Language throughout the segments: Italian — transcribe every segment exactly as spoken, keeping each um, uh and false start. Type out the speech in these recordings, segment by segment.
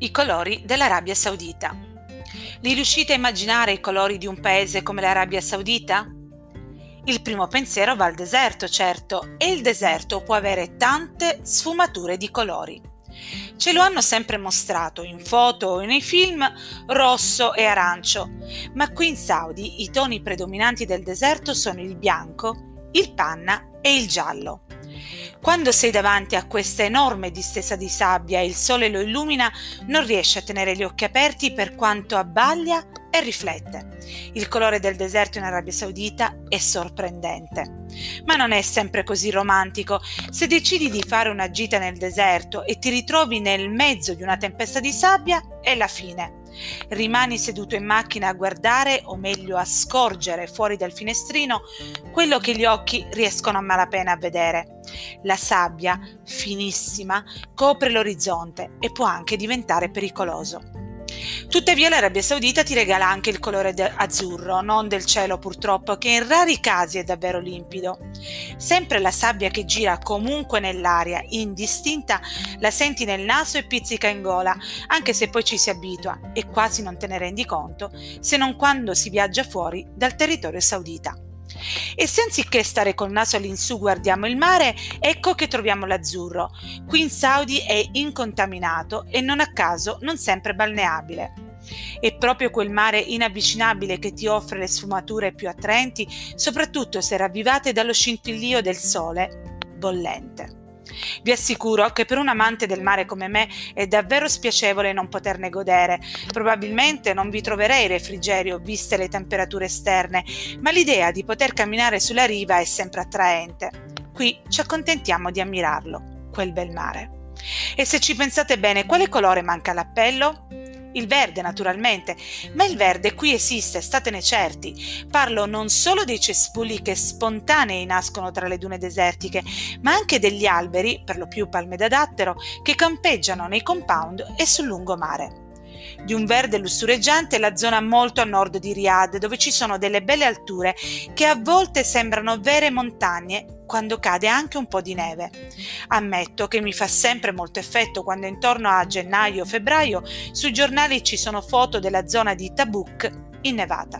I colori dell'Arabia Saudita. Li riuscite a immaginare i colori di un paese come l'Arabia Saudita? Il primo pensiero va al deserto, certo, e il deserto può avere tante sfumature di colori. Ce lo hanno sempre mostrato in foto o nei film rosso e arancio, ma qui in Saudi i toni predominanti del deserto sono il bianco, il panna e il giallo. Quando sei davanti a questa enorme distesa di sabbia e il sole lo illumina, non riesci a tenere gli occhi aperti per quanto abbaglia e riflette. Il colore del deserto in Arabia Saudita è sorprendente. Ma non è sempre così romantico. Se decidi di fare una gita nel deserto e ti ritrovi nel mezzo di una tempesta di sabbia, è la fine. Rimani seduto in macchina a guardare, o meglio a scorgere fuori dal finestrino, quello che gli occhi riescono a malapena a vedere. La sabbia, finissima, copre l'orizzonte e può anche diventare pericoloso. Tuttavia l'Arabia Saudita ti regala anche il colore azzurro, non del cielo purtroppo, che in rari casi è davvero limpido. Sempre la sabbia che gira comunque nell'aria, indistinta, la senti nel naso e pizzica in gola, anche se poi ci si abitua e quasi non te ne rendi conto, se non quando si viaggia fuori dal territorio saudita. E se anziché stare col naso all'insù guardiamo il mare, ecco che troviamo l'azzurro. Qui in Saudi è incontaminato e non a caso non sempre balneabile. È proprio quel mare inavvicinabile che ti offre le sfumature più attraenti, soprattutto se ravvivate dallo scintillio del sole bollente. Vi assicuro che per un amante del mare come me è davvero spiacevole non poterne godere. Probabilmente non vi troverei refrigerio viste le temperature esterne, ma l'idea di poter camminare sulla riva è sempre attraente. Qui ci accontentiamo di ammirarlo, quel bel mare. E se ci pensate bene, quale colore manca all'appello? Il verde, naturalmente, ma il verde qui esiste, statene certi. Parlo non solo dei cespugli che spontanei nascono tra le dune desertiche, ma anche degli alberi, per lo più palme da dattero, che campeggiano nei compound e sul lungomare. Di un verde lussureggiante la zona molto a nord di Riyadh, dove ci sono delle belle alture che a volte sembrano vere montagne quando cade anche un po' di neve. Ammetto che mi fa sempre molto effetto quando intorno a gennaio o febbraio sui giornali ci sono foto della zona di Tabuk innevata.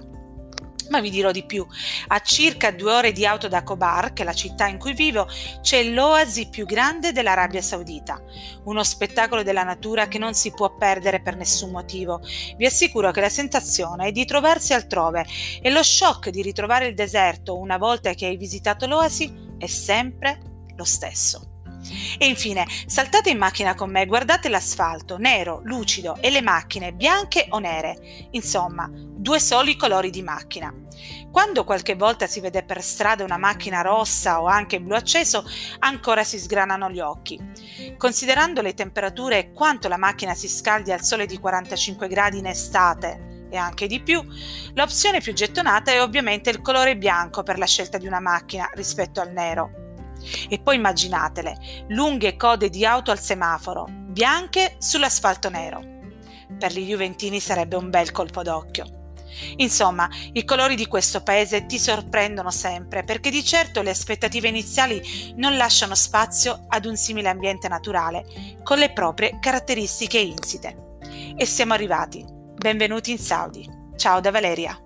Ma vi dirò di più, a circa due ore di auto da Khobar, che è la città in cui vivo, c'è l'oasi più grande dell'Arabia Saudita, uno spettacolo della natura che non si può perdere per nessun motivo. Vi assicuro che la sensazione è di trovarsi altrove e lo shock di ritrovare il deserto una volta che hai visitato l'oasi è sempre lo stesso. E infine, saltate in macchina con me, guardate l'asfalto, nero, lucido, e le macchine, bianche o nere, insomma, due soli colori di macchina. Quando qualche volta si vede per strada una macchina rossa o anche blu acceso, ancora si sgranano gli occhi. Considerando le temperature e quanto la macchina si scaldi al sole di quarantacinque gradi in estate, e anche di più, l'opzione più gettonata è ovviamente il colore bianco per la scelta di una macchina rispetto al nero. E poi immaginatele, lunghe code di auto al semaforo, bianche sull'asfalto nero. Per gli juventini sarebbe un bel colpo d'occhio. Insomma, i colori di questo paese ti sorprendono sempre, perché di certo le aspettative iniziali non lasciano spazio ad un simile ambiente naturale, con le proprie caratteristiche insite. E siamo arrivati. Benvenuti in Saudi. Ciao da Valeria.